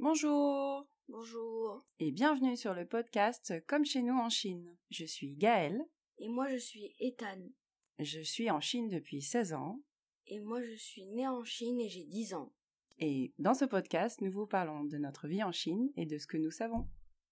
Bonjour Bonjour. et bienvenue sur le podcast Comme chez nous en Chine. Je suis Gaëlle. Et moi je suis Ethan. Je suis en Chine depuis 16 ans. Et moi je suis née en Chine et j'ai 10 ans. Et dans ce podcast, nous vous parlons de notre vie en Chine et de ce que nous savons.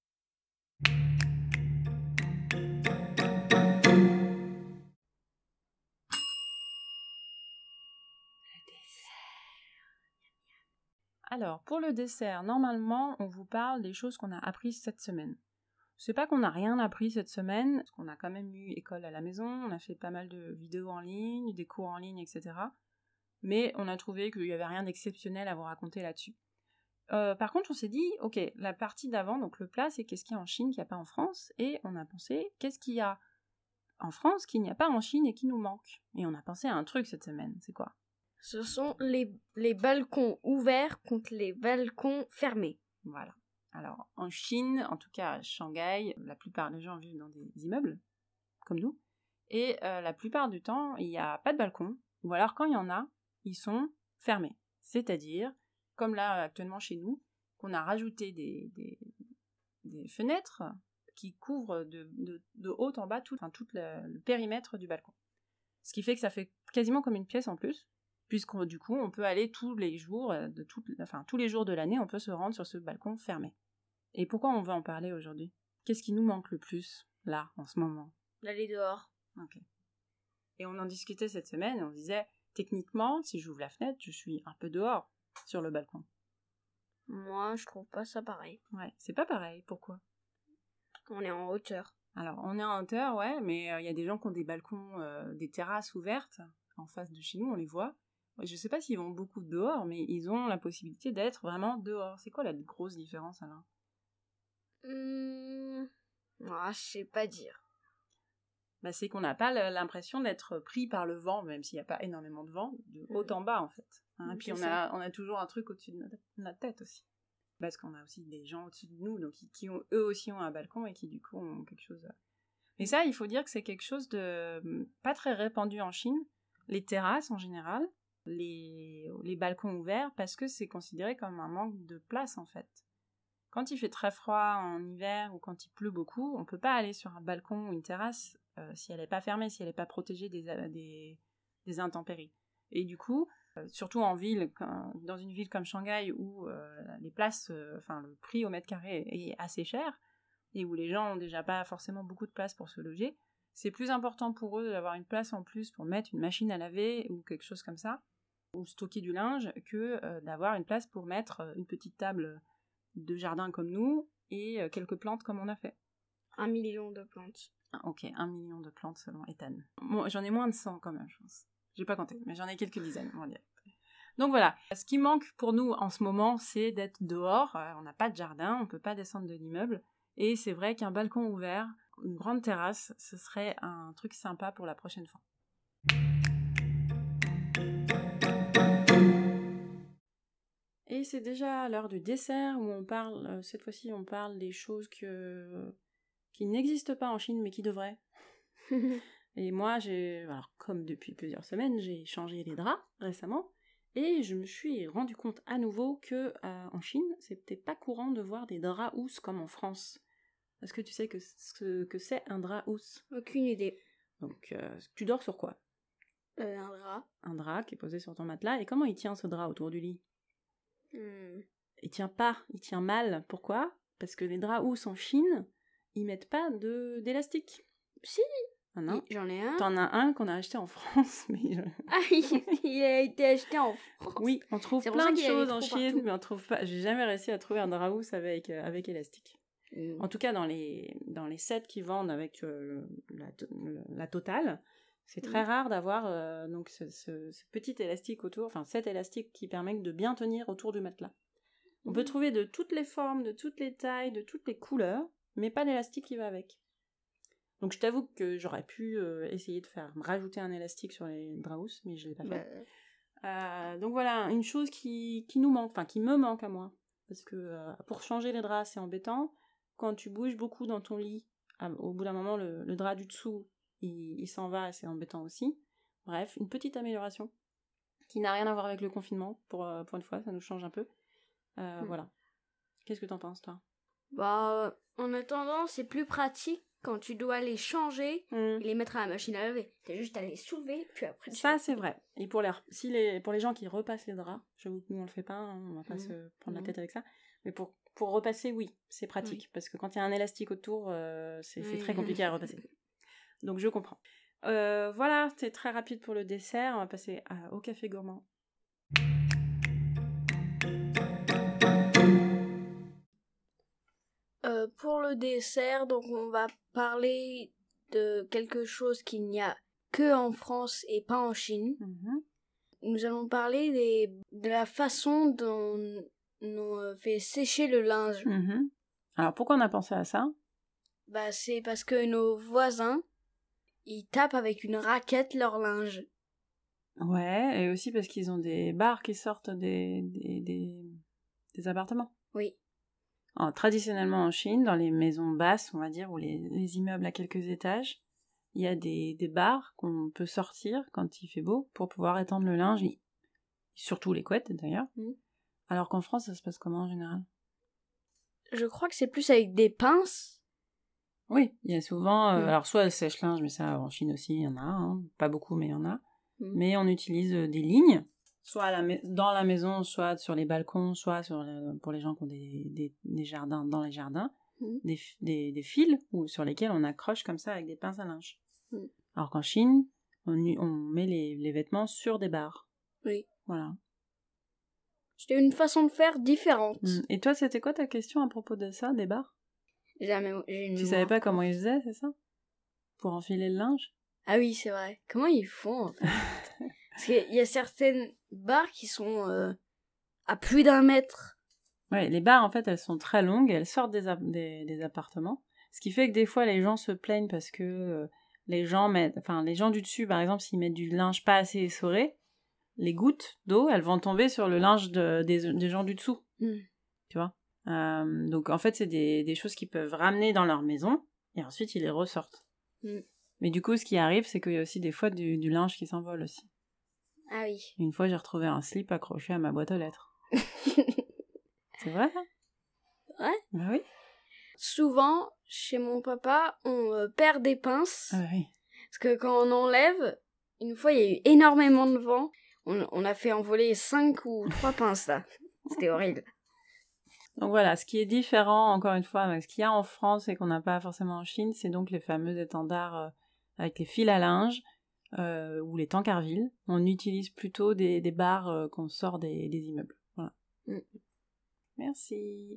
Alors, pour le dessert, normalement, on vous parle des choses qu'on a apprises cette semaine. C'est pas qu'on n'a rien appris cette semaine, parce qu'on a quand même eu école à la maison, on a fait pas mal de vidéos en ligne, des cours en ligne, etc. Mais on a trouvé qu'il n'y avait rien d'exceptionnel à vous raconter là-dessus. Par contre, on s'est dit, ok, la partie d'avant, donc le plat, c'est qu'est-ce qu'il y a en Chine qu'il n'y a pas en France, et on a pensé, qu'est-ce qu'il y a en France qu'il n'y a pas en Chine et qui nous manque. Et on a pensé à un truc cette semaine, c'est quoi? Ce sont les balcons ouverts contre les balcons fermés. Voilà. Alors, en Chine, en tout cas à Shanghai, la plupart des gens vivent dans des immeubles, comme nous, et la plupart du temps, il n'y a pas de balcon, ou alors quand il y en a, ils sont fermés. C'est-à-dire, comme là actuellement chez nous, qu'on a rajouté des fenêtres qui couvrent de haut en bas tout le périmètre du balcon. Ce qui fait que ça fait quasiment comme une pièce en plus, puisque du coup on peut aller tous les jours, tous les jours de l'année, on peut se rendre sur ce balcon fermé. Et pourquoi on veut en parler aujourd'hui? Qu'est-ce qui nous manque le plus, là, en ce moment? D'aller dehors. Ok. Et on en discutait cette semaine, et on disait, techniquement, si j'ouvre la fenêtre, je suis un peu dehors, sur le balcon. Moi, je trouve pas ça pareil. Ouais, c'est pas pareil, pourquoi? On est en hauteur. Alors, on est en hauteur, ouais, mais il y a des gens qui ont des balcons, des terrasses ouvertes, en face de chez nous, on les voit. Je sais pas s'ils vont beaucoup dehors, mais ils ont la possibilité d'être vraiment dehors. C'est quoi la grosse différence, alors? Moi, je sais pas dire. Bah, c'est qu'on n'a pas l'impression d'être pris par le vent, même s'il n'y a pas énormément de vent, de haut en bas, en fait. Et puis on a toujours un truc au-dessus de notre tête aussi. Parce qu'on a aussi des gens au-dessus de nous, donc qui eux aussi ont un balcon et qui du coup ont quelque chose. Mais ça, il faut dire que c'est quelque chose de pas très répandu en Chine. Les terrasses en général, les balcons ouverts, parce que c'est considéré comme un manque de place en fait. Quand il fait très froid en hiver ou quand il pleut beaucoup, on peut pas aller sur un balcon ou une terrasse si elle n'est pas fermée, si elle n'est pas protégée des intempéries. Et du coup, surtout en ville, dans une ville comme Shanghai où les places, le prix au mètre carré est assez cher et où les gens ont déjà pas forcément beaucoup de place pour se loger, c'est plus important pour eux d'avoir une place en plus pour mettre une machine à laver ou quelque chose comme ça, ou stocker du linge, que d'avoir une place pour mettre une petite table de jardin comme nous et quelques plantes comme on a fait. 1 million de plantes. Ok, 1 million de plantes selon Ethan. Moi, j'en ai moins de 100 quand même, je pense. J'ai pas compté, mais j'en ai quelques dizaines, on va dire. Donc voilà, ce qui manque pour nous en ce moment, c'est d'être dehors. On n'a pas de jardin, on peut pas descendre de l'immeuble. Et c'est vrai qu'un balcon ouvert, une grande terrasse, ce serait un truc sympa pour la prochaine fois. Et c'est déjà l'heure du dessert où on parle, cette fois-ci on parle des choses qui n'existent pas en Chine mais qui devraient. Et moi, alors comme depuis plusieurs semaines, j'ai changé les draps récemment et je me suis rendu compte à nouveau que en Chine, c'était pas courant de voir des draps housses comme en France. Est-ce que tu sais ce que c'est un drap housse? Aucune idée. Donc, tu dors sur quoi? Un drap. Un drap qui est posé sur ton matelas. Et comment il tient ce drap autour du lit? Il tient pas, il tient mal. Pourquoi? Parce que les draps housses en Chine, ils mettent pas d'élastique. Si. J'en ai un. T'en as un qu'on a acheté en France, mais... il a été acheté en France. Oui, on trouve plein de choses en Chine, mais on trouve pas... J'ai jamais réussi à trouver un drap housse avec élastique. En tout cas, dans les sets qui vendent avec la totale, c'est très rare d'avoir donc ce petit élastique autour, enfin cet élastique qui permet de bien tenir autour du matelas. On peut trouver de toutes les formes, de toutes les tailles, de toutes les couleurs, mais pas d'élastique qui va avec. Donc je t'avoue que j'aurais pu essayer de rajouter un élastique sur les draps housses, mais je l'ai pas fait. Donc voilà, une chose qui nous manque, enfin qui me manque à moi, parce que pour changer les draps c'est embêtant. Quand tu bouges beaucoup dans ton lit, au bout d'un moment le drap du dessous il s'en va, c'est embêtant aussi. Bref, une petite amélioration qui n'a rien à voir avec le confinement pour une fois, ça nous change un peu. Voilà. Qu'est-ce que t'en penses, toi? Bah, en attendant, c'est plus pratique quand tu dois les changer et les mettre à la machine à laver. T'as juste à les soulever, puis après... Ça, c'est vrai. Et pour les gens qui repassent les draps, j'avoue que nous, on le fait pas, hein, on va pas se prendre la tête avec ça, mais pour repasser, oui, c'est pratique, parce que quand il y a un élastique autour, c'est très compliqué à repasser. Donc, je comprends. Voilà, c'est très rapide pour le dessert. On va passer au café gourmand. Pour le dessert, donc on va parler de quelque chose qu'il n'y a que en France et pas en Chine. Nous allons parler de la façon dont on fait sécher le linge. Alors, pourquoi on a pensé à ça? Bah, c'est parce que nos voisins, ils tapent avec une raquette leur linge. Ouais, et aussi parce qu'ils ont des bars qui sortent des appartements. Oui. Alors, traditionnellement en Chine, dans les maisons basses, on va dire, ou les immeubles à quelques étages, il y a des bars qu'on peut sortir quand il fait beau pour pouvoir étendre le linge, surtout les couettes d'ailleurs. Alors qu'en France, ça se passe comment en général? Je crois que c'est plus avec des pinces. Oui, il y a souvent... alors soit le sèche-linge, mais ça en Chine aussi, il y en a, hein, pas beaucoup, mais il y en a. Mais on utilise des lignes, soit dans la maison, soit sur les balcons, soit pour les gens qui ont des jardins, dans les jardins, des fils sur lesquels on accroche comme ça avec des pinces à linge. Alors qu'en Chine, on met les vêtements sur des barres. Oui. Voilà. C'était une façon de faire différente. Et toi, c'était quoi ta question à propos de ça, des barres? Tu savais pas comment ils faisaient, c'est ça? Pour enfiler le linge? Ah oui, c'est vrai. Comment ils font, en fait? Parce qu'il y a certaines barres qui sont à plus d'1 mètre. Ouais, les barres, en fait, elles sont très longues, elles sortent des appartements. Ce qui fait que des fois, les gens se plaignent parce que les gens du dessus, par exemple, s'ils mettent du linge pas assez essoré, les gouttes d'eau, elles vont tomber sur le linge des gens du dessous. Tu vois? Donc, en fait, c'est des choses qu'ils peuvent ramener dans leur maison, et ensuite, ils les ressortent. Mais du coup, ce qui arrive, c'est qu'il y a aussi des fois du linge qui s'envole aussi. Ah oui. Une fois, j'ai retrouvé un slip accroché à ma boîte aux lettres. C'est vrai, hein? Ouais. Bah oui. Souvent, chez mon papa, on perd des pinces. Ah oui. Parce que quand on enlève, une fois, il y a eu énormément de vent. On a fait envoler 5 ou 3 pinces, là. C'était horrible. Donc voilà, ce qui est différent, encore une fois, avec ce qu'il y a en France et qu'on n'a pas forcément en Chine, c'est donc les fameux étendards avec les fils à linge ou les tankervilles. On utilise plutôt des barres qu'on sort des immeubles. Voilà. Merci.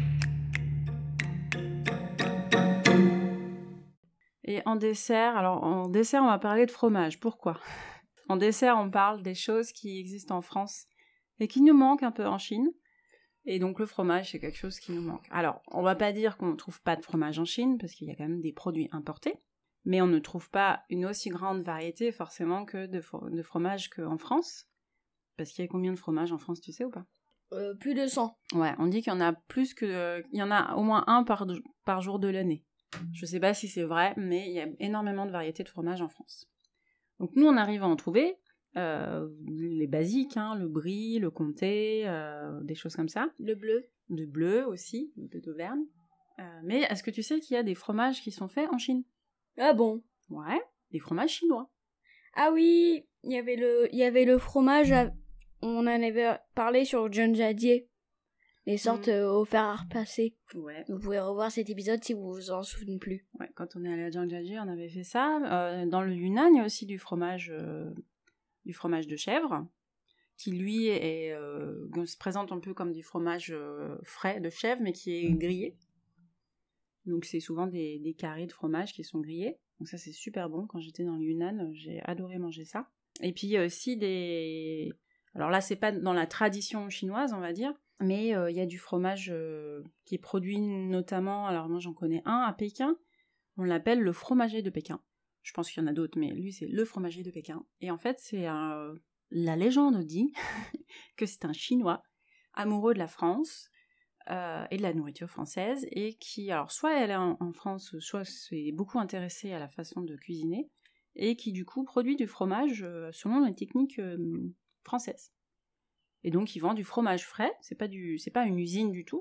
Et en dessert, on va parler de fromage. Pourquoi? En dessert, on parle des choses qui existent en France et qui nous manquent un peu en Chine. Et donc le fromage, c'est quelque chose qui nous manque. Alors, on va pas dire qu'on ne trouve pas de fromage en Chine, parce qu'il y a quand même des produits importés, mais on ne trouve pas une aussi grande variété forcément que de fromage qu'en France. Parce qu'il y a combien de fromages en France, tu sais ou pas? Plus de 100. Ouais, on dit qu'il y en a il y en a au moins un par jour de l'année. Je sais pas si c'est vrai, mais il y a énormément de variétés de fromages en France. Donc nous, on arrive à en trouver les basiques, hein, le brie, le comté, des choses comme ça. Le bleu. Le bleu aussi, le bleu d'Auvergne. Mais est-ce que tu sais qu'il y a des fromages qui sont faits en Chine? Ah bon? Ouais, des fromages chinois. Ah oui, il y avait le fromage, on en avait parlé sur John Jadier. Les sortes au fer à repasser. Ouais. Vous pouvez revoir cet épisode si vous vous en souvenez plus. Ouais, quand on est allé à Jiangjaji, on avait fait ça. Dans le Yunnan, il y a aussi du fromage de chèvre, qui lui se présente un peu comme du fromage frais de chèvre, mais qui est grillé. Donc c'est souvent des carrés de fromage qui sont grillés. Donc ça c'est super bon. Quand j'étais dans le Yunnan, j'ai adoré manger ça. Et puis il y a aussi des... Alors là c'est pas dans la tradition chinoise on va dire, mais il y a du fromage qui est produit notamment... Alors moi j'en connais un à Pékin. On l'appelle le fromager de Pékin. Je pense qu'il y en a d'autres, mais lui c'est le fromager de Pékin. Et en fait c'est la légende dit que c'est un Chinois amoureux de la France et de la nourriture française, et qui, alors soit elle est en France, soit s'est beaucoup intéressée à la façon de cuisiner, et qui du coup produit du fromage selon les techniques françaises. Et donc il vend du fromage frais, c'est pas une usine du tout,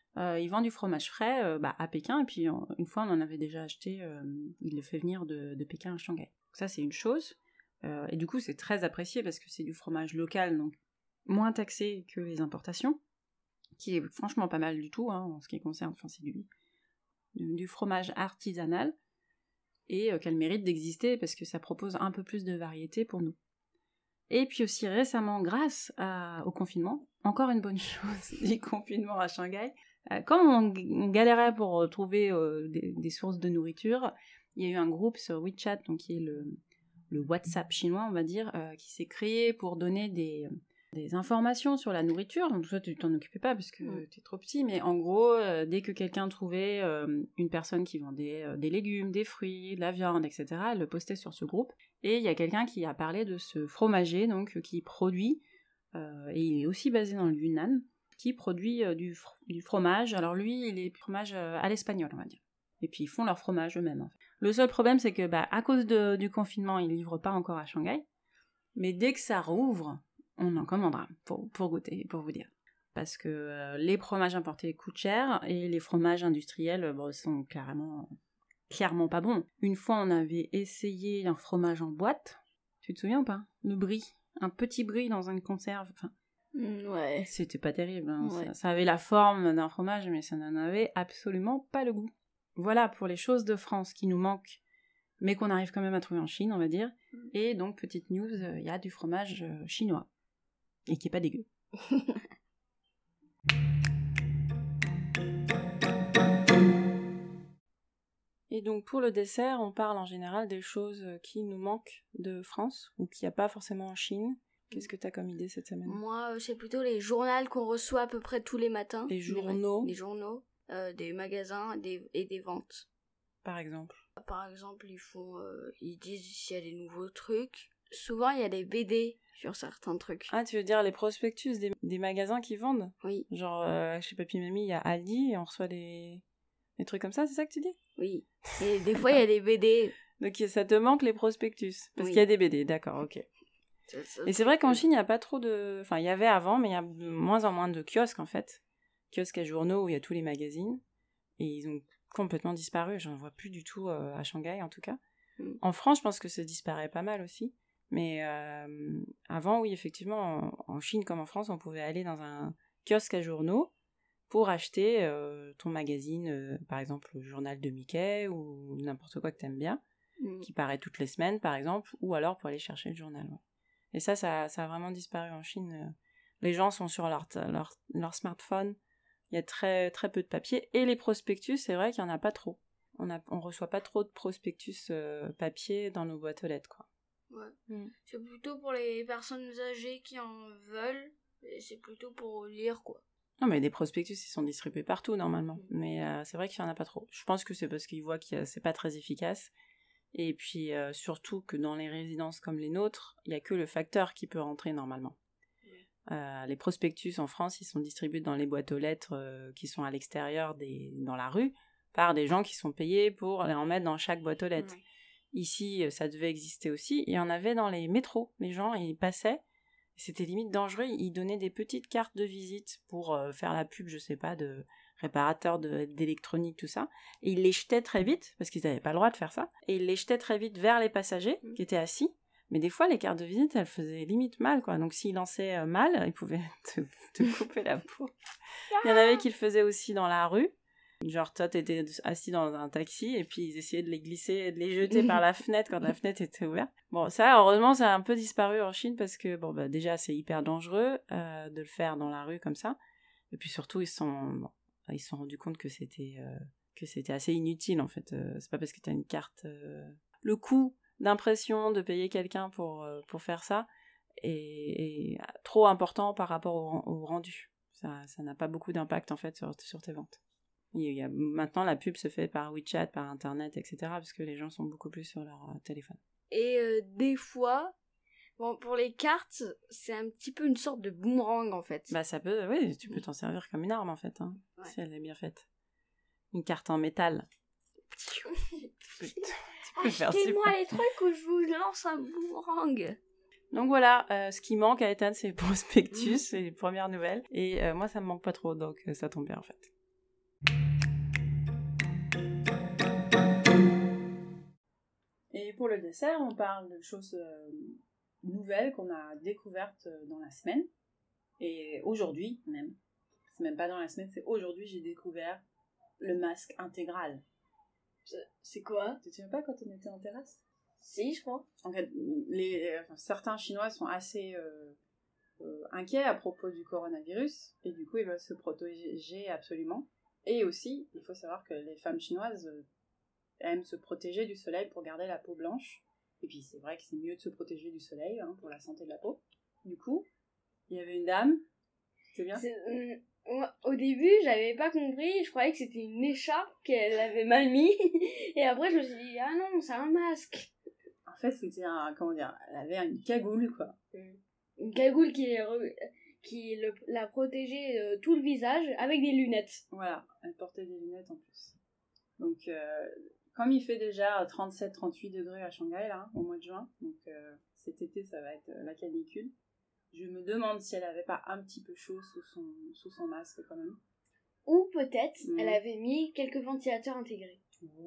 il vend du fromage frais à Pékin, et puis une fois on en avait déjà acheté, il le fait venir de Pékin à Shanghai. Donc ça c'est une chose, et du coup c'est très apprécié parce que c'est du fromage local, donc moins taxé que les importations, qui est franchement pas mal du tout, en ce qui concerne, enfin c'est du fromage artisanal, et qu'elle mérite d'exister parce que ça propose un peu plus de variété pour nous. Et puis aussi récemment, grâce au confinement, encore une bonne chose du confinement à Shanghai, comme on galérait pour trouver des sources de nourriture, il y a eu un groupe sur WeChat, donc qui est le WhatsApp chinois, on va dire, qui s'est créé pour donner des informations sur la nourriture. Donc toi, tu t'en occupais pas parce que t'es trop petit, mais en gros, dès que quelqu'un trouvait une personne qui vendait des légumes, des fruits, de la viande, etc., elle le postait sur ce groupe. Et il y a quelqu'un qui a parlé de ce fromager, donc qui produit, et il est aussi basé dans le Yunnan, qui produit du fromage. Alors lui, il est fromage à l'espagnol, on va dire. Et puis ils font leur fromage eux-mêmes, en fait. Le seul problème, c'est que à cause du confinement, ils livrent pas encore à Shanghai, mais dès que ça rouvre, on en commandera pour goûter, pour vous dire. Parce que les fromages importés coûtent cher, et les fromages industriels sont clairement pas bons. Une fois, on avait essayé un fromage en boîte. Tu te souviens ou pas ? Le brie. Un petit brie dans une conserve. Enfin, ouais. C'était pas terrible. Ouais. Ça avait la forme d'un fromage, mais ça n'en avait absolument pas le goût. Voilà pour les choses de France qui nous manquent, mais qu'on arrive quand même à trouver en Chine, on va dire. Et donc, petite news, il y a du fromage chinois. Et qui est pas dégueu. Et donc pour le dessert, on parle en général des choses qui nous manquent de France, ou qu'il n'y a pas forcément en Chine. Qu'est-ce que tu as comme idée cette semaine ? Moi, c'est plutôt les journaux qu'on reçoit à peu près tous les matins. Les journaux ? Les journaux, des magasins et des ventes. Par exemple ? Par exemple, ils disent s'il y a des nouveaux trucs. Souvent, il y a des BD sur certains trucs. Ah, tu veux dire les prospectus des magasins qui vendent ? Oui. Genre, chez Papy Mamie, il y a Aldi et on reçoit des trucs comme ça, c'est ça que tu dis ? Oui. Et des fois, il y a des BD. Donc ça te manque les prospectus ? Parce qu'il y a des BD, d'accord, ok. Et c'est vrai qu'en Chine, il n'y a pas trop de... Enfin, il y avait avant, mais il y a de moins en moins de kiosques, en fait. Kiosques à journaux où il y a tous les magazines. Et ils ont complètement disparu. J'en vois plus du tout à Shanghai, en tout cas. En France, je pense que ça disparaît pas mal aussi. Mais avant, oui, effectivement, en Chine comme en France, on pouvait aller dans un kiosque à journaux pour acheter ton magazine, par exemple le journal de Mickey ou n'importe quoi que t'aimes bien, qui paraît toutes les semaines, par exemple, ou alors pour aller chercher le journal. Ouais. Et ça a vraiment disparu en Chine. Les gens sont sur leur smartphone, il y a très, très peu de papier, et les prospectus, c'est vrai qu'il n'y en a pas trop. On reçoit pas trop de prospectus papier dans nos boîtes aux lettres, quoi. Ouais. C'est plutôt pour les personnes âgées qui en veulent, et c'est plutôt pour lire, quoi. Non, mais des prospectus, ils sont distribués partout, normalement. Mais c'est vrai qu'il n'y en a pas trop. Je pense que c'est parce qu'ils voient que c'est pas très efficace. Et puis, surtout que dans les résidences comme les nôtres, il n'y a que le facteur qui peut rentrer, normalement. Les prospectus, en France, ils sont distribués dans les boîtes aux lettres qui sont à l'extérieur, dans la rue, par des gens qui sont payés pour les en mettre dans chaque boîte aux lettres. Ouais. Ici, ça devait exister aussi. Il y en avait dans les métros. Les gens, ils passaient. C'était limite dangereux. Ils donnaient des petites cartes de visite pour faire la pub, je sais pas, de réparateurs d'électronique, tout ça. Et ils les jetaient très vite, parce qu'ils n'avaient pas le droit de faire ça. Et ils les jetaient très vite vers les passagers qui étaient assis. Mais des fois, les cartes de visite, elles faisaient limite mal, quoi. Donc, s'ils lançaient mal, ils pouvaient te couper la peau. Il y en avait qui le faisaient aussi dans la rue. Genre, toi, t'étais assis dans un taxi et puis ils essayaient de les glisser et de les jeter par la fenêtre quand la fenêtre était ouverte. Bon, ça, heureusement, ça a un peu disparu en Chine parce que, déjà, c'est hyper dangereux de le faire dans la rue comme ça. Et puis surtout, ils se sont rendus compte que c'était assez inutile, en fait. C'est pas parce que t'as une carte... Le coût d'impression de payer quelqu'un pour faire ça est trop important par rapport au rendu. Ça n'a pas beaucoup d'impact, en fait, sur tes ventes. Maintenant, la pub se fait par WeChat, par Internet, etc. parce que les gens sont beaucoup plus sur leur téléphone. Et des fois, pour les cartes, c'est un petit peu une sorte de boomerang, en fait. Ça peut, oui, tu peux t'en servir comme une arme, en fait, hein, si elle est bien faite. Une carte en métal. Tu peux faire Achetez-moi les trucs où je vous lance un boomerang. Donc voilà, ce qui manque à Ethan, c'est le prospectus, c'est les premières nouvelles. Et moi, ça me manque pas trop, donc ça tombe bien, en fait. Et pour le dessert, on parle de choses nouvelles qu'on a découvertes dans la semaine. Et aujourd'hui même, c'est même pas dans la semaine, c'est aujourd'hui j'ai découvert le masque intégral. C'est quoi? Tu te souviens pas quand on était en terrasse? Si, je crois. En fait, certains Chinois sont assez inquiets à propos du coronavirus, et du coup ils veulent se protéger absolument. Et aussi, il faut savoir que les femmes chinoises aiment se protéger du soleil pour garder la peau blanche. Et puis c'est vrai que c'est mieux de se protéger du soleil pour la santé de la peau. Du coup, il y avait une dame, c'est bien. Au début, j'avais pas compris, je croyais que c'était une écharpe qu'elle avait mal mis, et après je me suis dit, ah non, c'est un masque. En fait, c'était elle avait une cagoule, quoi. Une cagoule qui la protégeait tout le visage avec des lunettes. Voilà, elle portait des lunettes en plus. Donc, comme il fait déjà 37-38 degrés à Shanghai, là, au mois de juin, donc cet été, ça va être la canicule. Je me demande si elle avait pas un petit peu chaud sous son masque, quand même. Ou peut-être, elle avait mis quelques ventilateurs intégrés.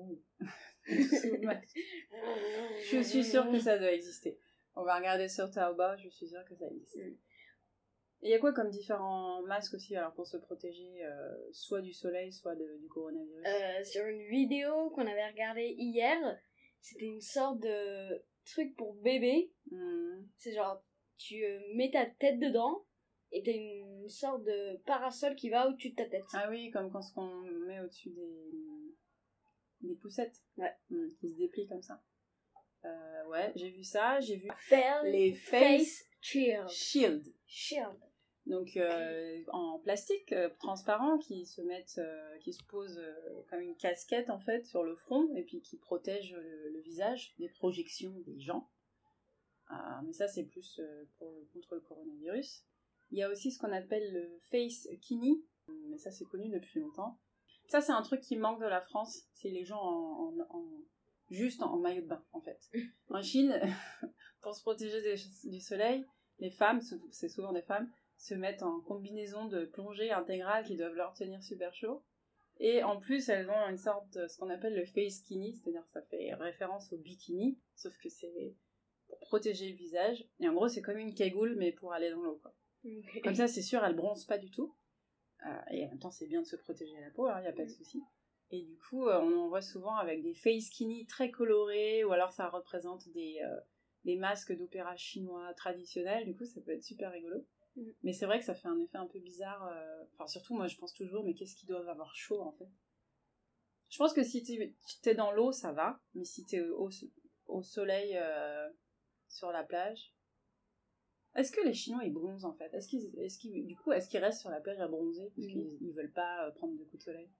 Je suis sûre que ça doit exister. On va regarder sur Taobao, je suis sûre que ça existe. Il y a quoi comme différents masques aussi alors pour se protéger soit du soleil, soit du coronavirus? Sur une vidéo qu'on avait regardée hier, c'était une sorte de truc pour bébé. C'est genre, tu mets ta tête dedans et t'as une sorte de parasol qui va au-dessus de ta tête. Ah oui, comme quand on met au-dessus des poussettes. Ouais. Qui se déplient comme ça. Ouais, j'ai vu ça, j'ai vu les face shield. Donc en plastique transparent qui se pose comme une casquette en fait sur le front et puis qui protège le visage des projections des gens. Mais ça c'est plus contre le coronavirus. Il y a aussi ce qu'on appelle le face kini, mais ça c'est connu depuis longtemps. Ça c'est un truc qui manque de la France, c'est les gens juste en maillot de bain en fait. En Chine, pour se protéger du soleil, les femmes, c'est souvent des femmes, se mettent en combinaison de plongée intégrale qui doivent leur tenir super chaud. Et en plus, elles ont une sorte de ce qu'on appelle le face skinny, c'est-à-dire ça fait référence au bikini, sauf que c'est pour protéger le visage. Et en gros, c'est comme une cagoule, mais pour aller dans l'eau, quoi. Comme ça, c'est sûr, elle bronze pas du tout. Et en même temps, c'est bien de se protéger la peau, il n'y a pas de souci. Et du coup, on en voit souvent avec des face skinny très colorés, ou alors ça représente des masques d'opéra chinois traditionnels. Du coup, ça peut être super rigolo. Mais c'est vrai que ça fait un effet un peu bizarre. Enfin, surtout, moi, je pense toujours, mais qu'est-ce qu'ils doivent avoir chaud, en fait? Je pense que si t'es dans l'eau, ça va. Mais si t'es au soleil sur la plage... Est-ce que les Chinois, ils bronzent, en fait? Est-ce qu'ils restent sur la plage à bronzer? Parce qu'ils veulent pas prendre de coups de soleil?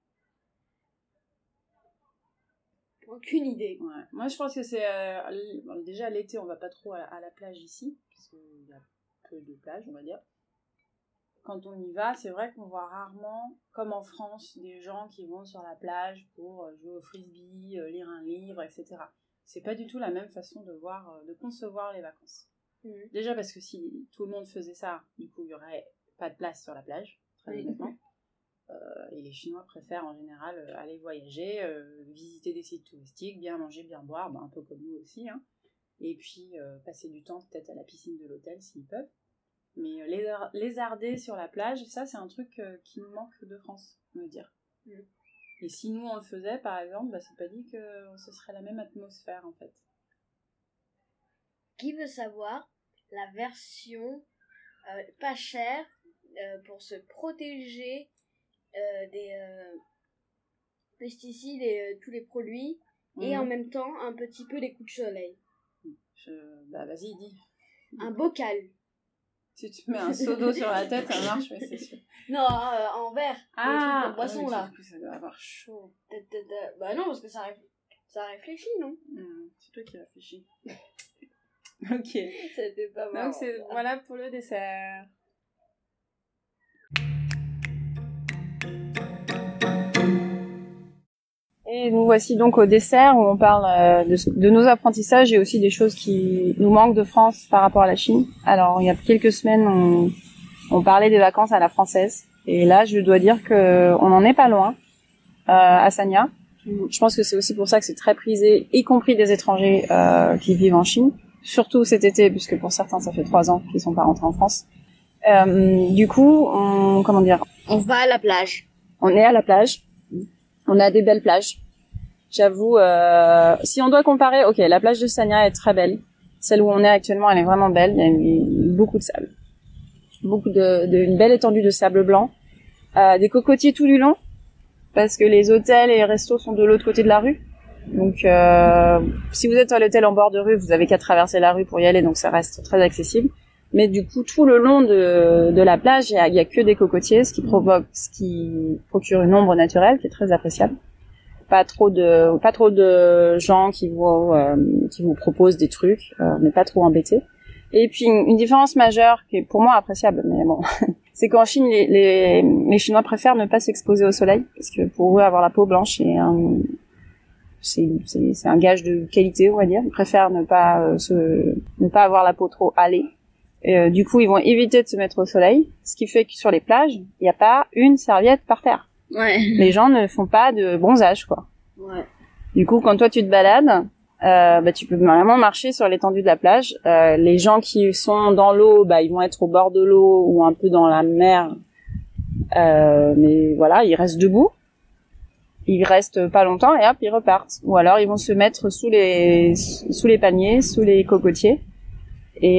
Aucune idée. Ouais. Moi, je pense que c'est... déjà, l'été, on va pas trop à la plage ici. Parce qu'il y a peu de plages, on va dire. Quand on y va, c'est vrai qu'on voit rarement, comme en France, des gens qui vont sur la plage pour jouer au frisbee, lire un livre, etc. C'est pas du tout la même façon de concevoir les vacances. Déjà parce que si tout le monde faisait ça, du coup, il y aurait pas de place sur la plage, très honnêtement. Et les Chinois préfèrent en général aller voyager, visiter des sites touristiques, bien manger, bien boire, un peu comme nous aussi, hein. Et puis passer du temps peut-être à la piscine de l'hôtel s'ils peuvent. Mais lézarder sur la plage, ça c'est un truc qui nous manque de France, on va dire. Et si nous on le faisait par exemple, c'est pas dit que ce serait la même atmosphère en fait. Qui veut savoir la version pas chère pour se protéger des pesticides et tous les produits et en même temps un petit peu les coups de soleil? Vas-y, dis. Un bocal. Si tu mets un seau d'eau sur la tête, ça marche, mais c'est sûr. Non, en verre. Les trucs de boisson, là. Du coup, ça doit avoir chaud. Bah non, parce que ça réfléchit, non? C'est toi qui réfléchis. Ok. C'était pas marrant. Donc, voilà pour le dessert. Et nous voici donc au dessert où on parle de nos apprentissages et aussi des choses qui nous manquent de France par rapport à la Chine. Alors il y a quelques semaines on parlait des vacances à la française et là je dois dire que on n'en est pas loin. à Sanya. Je pense que c'est aussi pour ça que c'est très prisé, y compris des étrangers qui vivent en Chine. Surtout cet été, puisque pour certains, ça fait 3 ans qu'ils sont pas rentrés en France. Du coup, on va à la plage. On est à la plage. On a des belles plages. J'avoue, si on doit comparer, ok, la plage de Sanya est très belle. Celle où on est actuellement, elle est vraiment belle. Il y a beaucoup de sable. Une belle étendue de sable blanc. Des cocotiers tout du long. Parce que les hôtels et les restos sont de l'autre côté de la rue. Donc, si vous êtes à l'hôtel en bord de rue, vous avez qu'à traverser la rue pour y aller, donc ça reste très accessible. Mais du coup, tout le long de la plage, il y a que des cocotiers, ce qui procure une ombre naturelle qui est très appréciable. Pas trop de gens qui vous proposent des trucs, mais pas trop embêtés. Et puis une différence majeure qui est pour moi appréciable, mais bon, c'est qu'en Chine les Chinois préfèrent ne pas s'exposer au soleil parce que pour eux avoir la peau blanche c'est un gage de qualité, on va dire. Ils préfèrent ne pas avoir la peau trop hâlée. Du coup, ils vont éviter de se mettre au soleil, ce qui fait que sur les plages, il n'y a pas une serviette par terre. Ouais. Les gens ne font pas de bronzage, quoi. Ouais. Du coup, quand toi tu te balades, tu peux vraiment marcher sur l'étendue de la plage. Les gens qui sont dans l'eau, ils vont être au bord de l'eau ou un peu dans la mer. Mais voilà, ils restent debout. Ils restent pas longtemps et hop, ils repartent. Ou alors ils vont se mettre sous les palmiers, sous les cocotiers. Et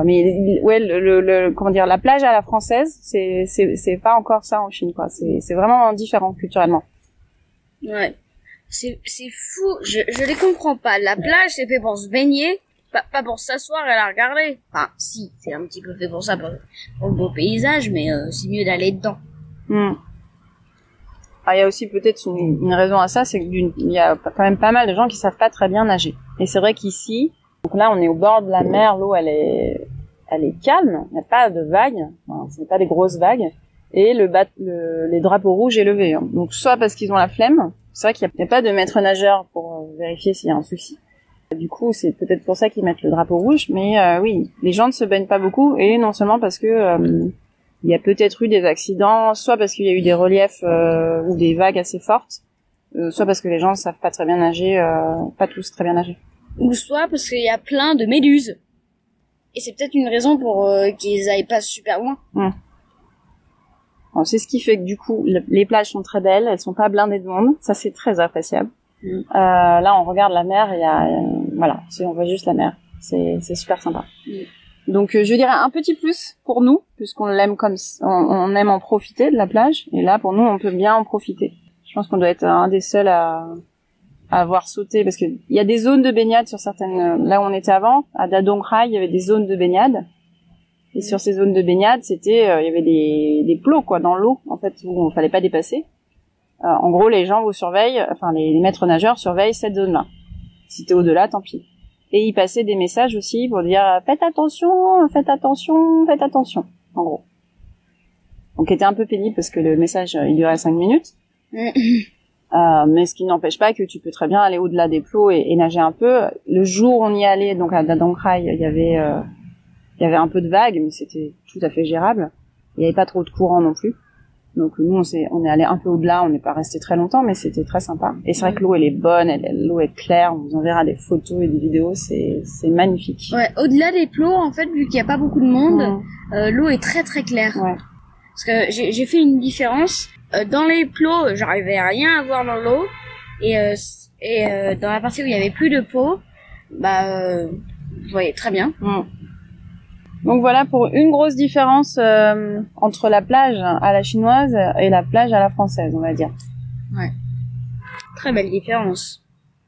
la plage à la française, c'est pas encore ça en Chine, quoi. C'est vraiment différent culturellement. Ouais. C'est fou, je les comprends pas. La plage, c'est fait pour se baigner, pas pour s'asseoir et la regarder. Enfin, si, c'est un petit peu fait pour ça, pour le beau paysage, mais c'est mieux d'aller dedans. Alors, il y a aussi peut-être une raison à ça, c'est qu'il y a quand même pas mal de gens qui savent pas très bien nager. Et c'est vrai qu'ici, donc là, on est au bord de la mer, l'eau, elle est calme, il n'y a pas de vagues, ce n'est pas des grosses vagues, et les drapeaux rouges est levé. Donc, soit parce qu'ils ont la flemme, c'est vrai qu'il n'y a pas de maître nageur pour vérifier s'il y a un souci. Du coup, c'est peut-être pour ça qu'ils mettent le drapeau rouge, mais oui, les gens ne se baignent pas beaucoup, et non seulement parce que il y a peut-être eu des accidents, soit parce qu'il y a eu des reliefs ou des vagues assez fortes, soit parce que les gens ne savent pas très bien nager, pas tous très bien nager. Ou soit parce qu'il y a plein de méduses. Et c'est peut-être une raison pour qu'ils aillent pas super loin. Alors, c'est ce qui fait que du coup, les plages sont très belles, elles sont pas blindées de monde, ça c'est très appréciable. Là, on regarde la mer, on voit juste la mer, c'est super sympa. Donc, je dirais un petit plus pour nous, puisqu'on l'aime on aime en profiter de la plage, et là, pour nous, on peut bien en profiter. Je pense qu'on doit être un des seuls à avoir sauté, parce que il y a des zones de baignade sur certaines, là où on était avant, à Dadong Rai, il y avait des zones de baignade. Et sur ces zones de baignade, il y avait des plots, quoi, dans l'eau, en fait, où on fallait pas dépasser. En gros, les gens vous surveillent, enfin, les maîtres nageurs surveillent cette zone-là. Si t'es au-delà, tant pis. Et ils passaient des messages aussi pour dire, faites attention, en gros. Donc, c'était un peu pénible parce que le message, il durait 5 minutes. Mais ce qui n'empêche pas que tu peux très bien aller au-delà des plots et nager un peu. Le jour où on y allait, donc à Dadong Rai, il y avait un peu de vagues, mais c'était tout à fait gérable. Il n'y avait pas trop de courant non plus. Donc nous, on est allé un peu au-delà, on n'est pas resté très longtemps, mais c'était très sympa. Et c'est vrai que l'eau, elle est bonne, l'eau est claire, on vous enverra des photos et des vidéos, c'est magnifique. Ouais, au-delà des plots, en fait, vu qu'il n'y a pas beaucoup de monde, l'eau est très très claire. Ouais. Parce que j'ai fait une différence. Dans les plots, j'arrivais à rien à voir dans l'eau. Et dans la partie où il y avait plus de peau, vous voyez très bien. Donc voilà pour une grosse différence entre la plage à la chinoise et la plage à la française, on va dire. Ouais. Très belle différence.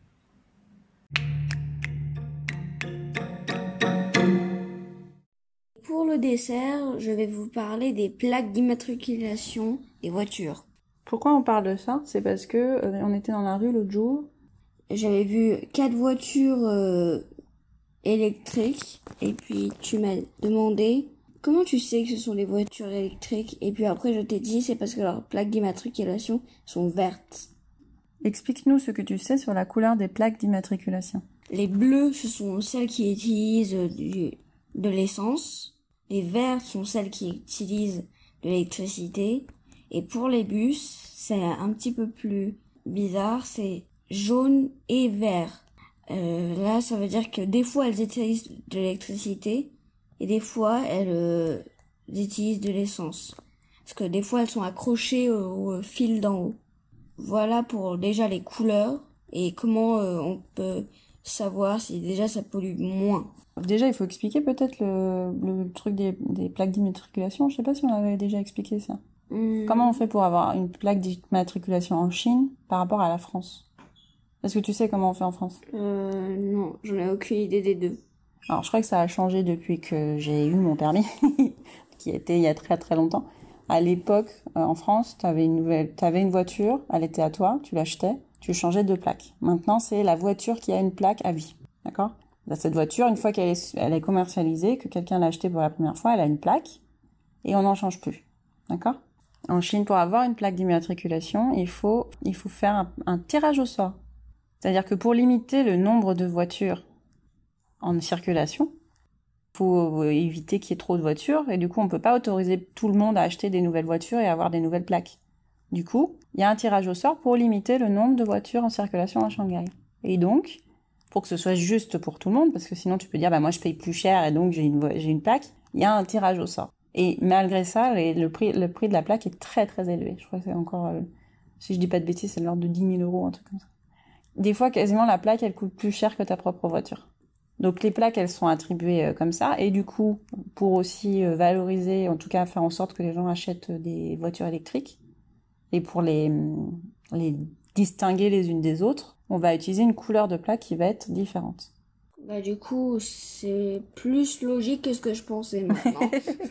Pour le dessert, je vais vous parler des plaques d'immatriculation des voitures. Pourquoi on parle de ça ? C'est parce que on était dans la rue l'autre jour. J'avais vu 4 voitures électriques et puis tu m'as demandé comment tu sais que ce sont des voitures électriques et puis après je t'ai dit c'est parce que leurs plaques d'immatriculation sont vertes. Explique-nous ce que tu sais sur la couleur des plaques d'immatriculation. Les bleus, ce sont celles qui utilisent de l'essence. Les vertes sont celles qui utilisent de l'électricité. Et pour les bus, c'est un petit peu plus bizarre, c'est jaune et vert. Là, ça veut dire que des fois, elles utilisent de l'électricité et des fois, elles utilisent de l'essence. Parce que des fois, elles sont accrochées au fil d'en haut. Voilà pour déjà les couleurs et comment on peut savoir si déjà ça pollue moins. Déjà, il faut expliquer peut-être le truc des plaques d'immatriculation. Je sais pas si on avait déjà expliqué ça. Comment on fait pour avoir une plaque d'immatriculation en Chine par rapport à la France? Est-ce que tu sais comment on fait en France? Non, j'en ai aucune idée des deux. Alors, je crois que ça a changé depuis que j'ai eu mon permis, qui était il y a très très longtemps. À l'époque, en France, t'avais une voiture, elle était à toi, tu l'achetais, tu changeais de plaque. Maintenant, c'est la voiture qui a une plaque à vie, d'accord? Cette voiture, une fois qu'elle est commercialisée, que quelqu'un l'a achetée pour la première fois, elle a une plaque et on n'en change plus, d'accord? En Chine, pour avoir une plaque d'immatriculation, il faut faire un tirage au sort. C'est-à-dire que pour limiter le nombre de voitures en circulation, faut éviter qu'il y ait trop de voitures et du coup on peut pas autoriser tout le monde à acheter des nouvelles voitures et à avoir des nouvelles plaques. Du coup, il y a un tirage au sort pour limiter le nombre de voitures en circulation à Shanghai. Et donc, pour que ce soit juste pour tout le monde, parce que sinon tu peux dire bah moi je paye plus cher et donc j'ai une plaque, il y a un tirage au sort. Et malgré ça, le prix de la plaque est très très élevé. Je crois que c'est encore, si je dis pas de bêtises, c'est de l'ordre de 10 000 €, un truc comme ça. Des fois, quasiment la plaque, elle coûte plus cher que ta propre voiture. Donc les plaques, elles sont attribuées comme ça. Et du coup, pour aussi valoriser, en tout cas faire en sorte que les gens achètent des voitures électriques, et pour les distinguer les unes des autres, on va utiliser une couleur de plaque qui va être différente. Bah du coup, c'est plus logique que ce que je pensais maintenant.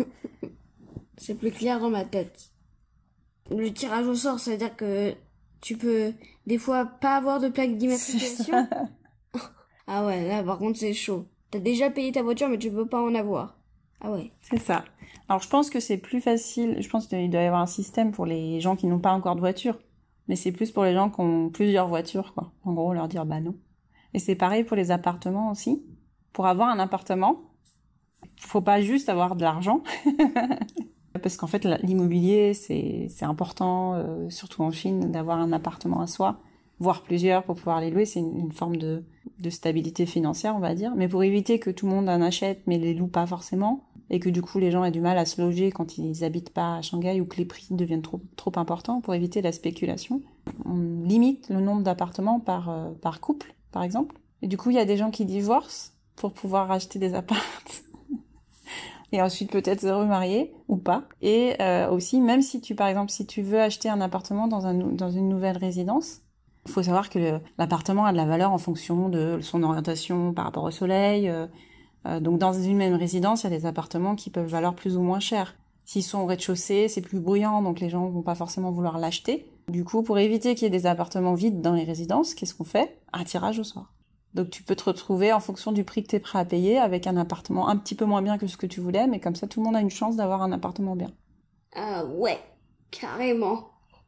C'est plus clair dans ma tête. Le tirage au sort, ça veut dire que tu peux des fois pas avoir de plaque d'immatriculation. Ah ouais, là par contre c'est chaud. T'as déjà payé ta voiture mais tu peux pas en avoir. Ah ouais. C'est ça. Alors je pense que c'est plus facile, je pense qu'il doit y avoir un système pour les gens qui n'ont pas encore de voiture. Mais c'est plus pour les gens qui ont plusieurs voitures, quoi. En gros, leur dire bah non. Et c'est pareil pour les appartements aussi. Pour avoir un appartement, faut pas juste avoir de l'argent. Parce qu'en fait, l'immobilier, c'est important, surtout en Chine, d'avoir un appartement à soi, voire plusieurs pour pouvoir les louer. C'est une forme de stabilité financière, on va dire. Mais pour éviter que tout le monde en achète, mais les loue pas forcément, et que du coup les gens aient du mal à se loger quand ils habitent pas à Shanghai ou que les prix deviennent trop importants, pour éviter la spéculation, on limite le nombre d'appartements par couple, par exemple. Et du coup, il y a des gens qui divorcent pour pouvoir acheter des apparts. Et ensuite peut-être se remarier ou pas. Et aussi, même si par exemple, si tu veux acheter un appartement dans une nouvelle résidence, il faut savoir que l'appartement a de la valeur en fonction de son orientation par rapport au soleil. Donc dans une même résidence, il y a des appartements qui peuvent valoir plus ou moins cher. S'ils sont au rez-de-chaussée, c'est plus bruyant, donc les gens vont pas forcément vouloir l'acheter. Du coup, pour éviter qu'il y ait des appartements vides dans les résidences, qu'est-ce qu'on fait? Un tirage au sort. Donc tu peux te retrouver en fonction du prix que tu es prêt à payer avec un appartement un petit peu moins bien que ce que tu voulais, mais comme ça tout le monde a une chance d'avoir un appartement bien. Ah ouais, carrément.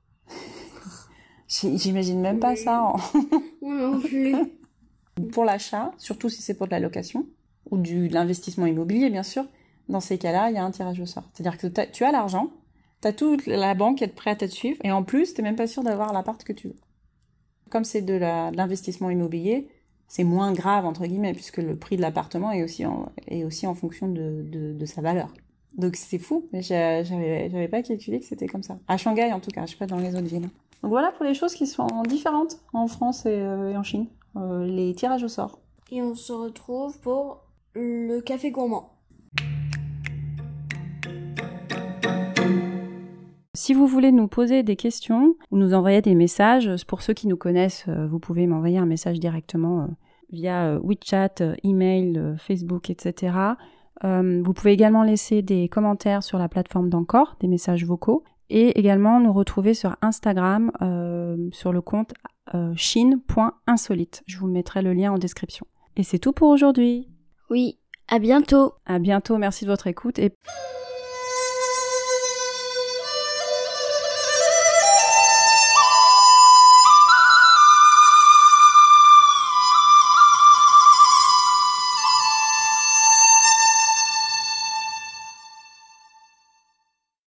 J'imagine même pas ça. Moi non plus. Pour l'achat, surtout si c'est pour de la location, ou de l'investissement immobilier bien sûr, dans ces cas-là, il y a un tirage au sort. C'est-à-dire que tu as l'argent, tu as toute la banque qui est prête à te suivre, et en plus, tu n'es même pas sûr d'avoir l'appart que tu veux. Comme c'est de l'investissement immobilier, c'est moins grave, entre guillemets, puisque le prix de l'appartement est aussi en fonction de sa valeur. Donc c'est fou, mais j'avais pas calculé que c'était comme ça. À Shanghai, en tout cas, je sais pas dans les autres villes. Donc voilà pour les choses qui sont différentes en France et en Chine. Les tirages au sort. Et on se retrouve pour le café gourmand. Si vous voulez nous poser des questions ou nous envoyer des messages, pour ceux qui nous connaissent, vous pouvez m'envoyer un message directement via WeChat, email, Facebook, etc. Vous pouvez également laisser des commentaires sur la plateforme d'Anchor, des messages vocaux, et également nous retrouver sur Instagram sur le compte chine.insolite. Je vous mettrai le lien en description. Et c'est tout pour aujourd'hui. Oui, à bientôt. À bientôt, merci de votre écoute et...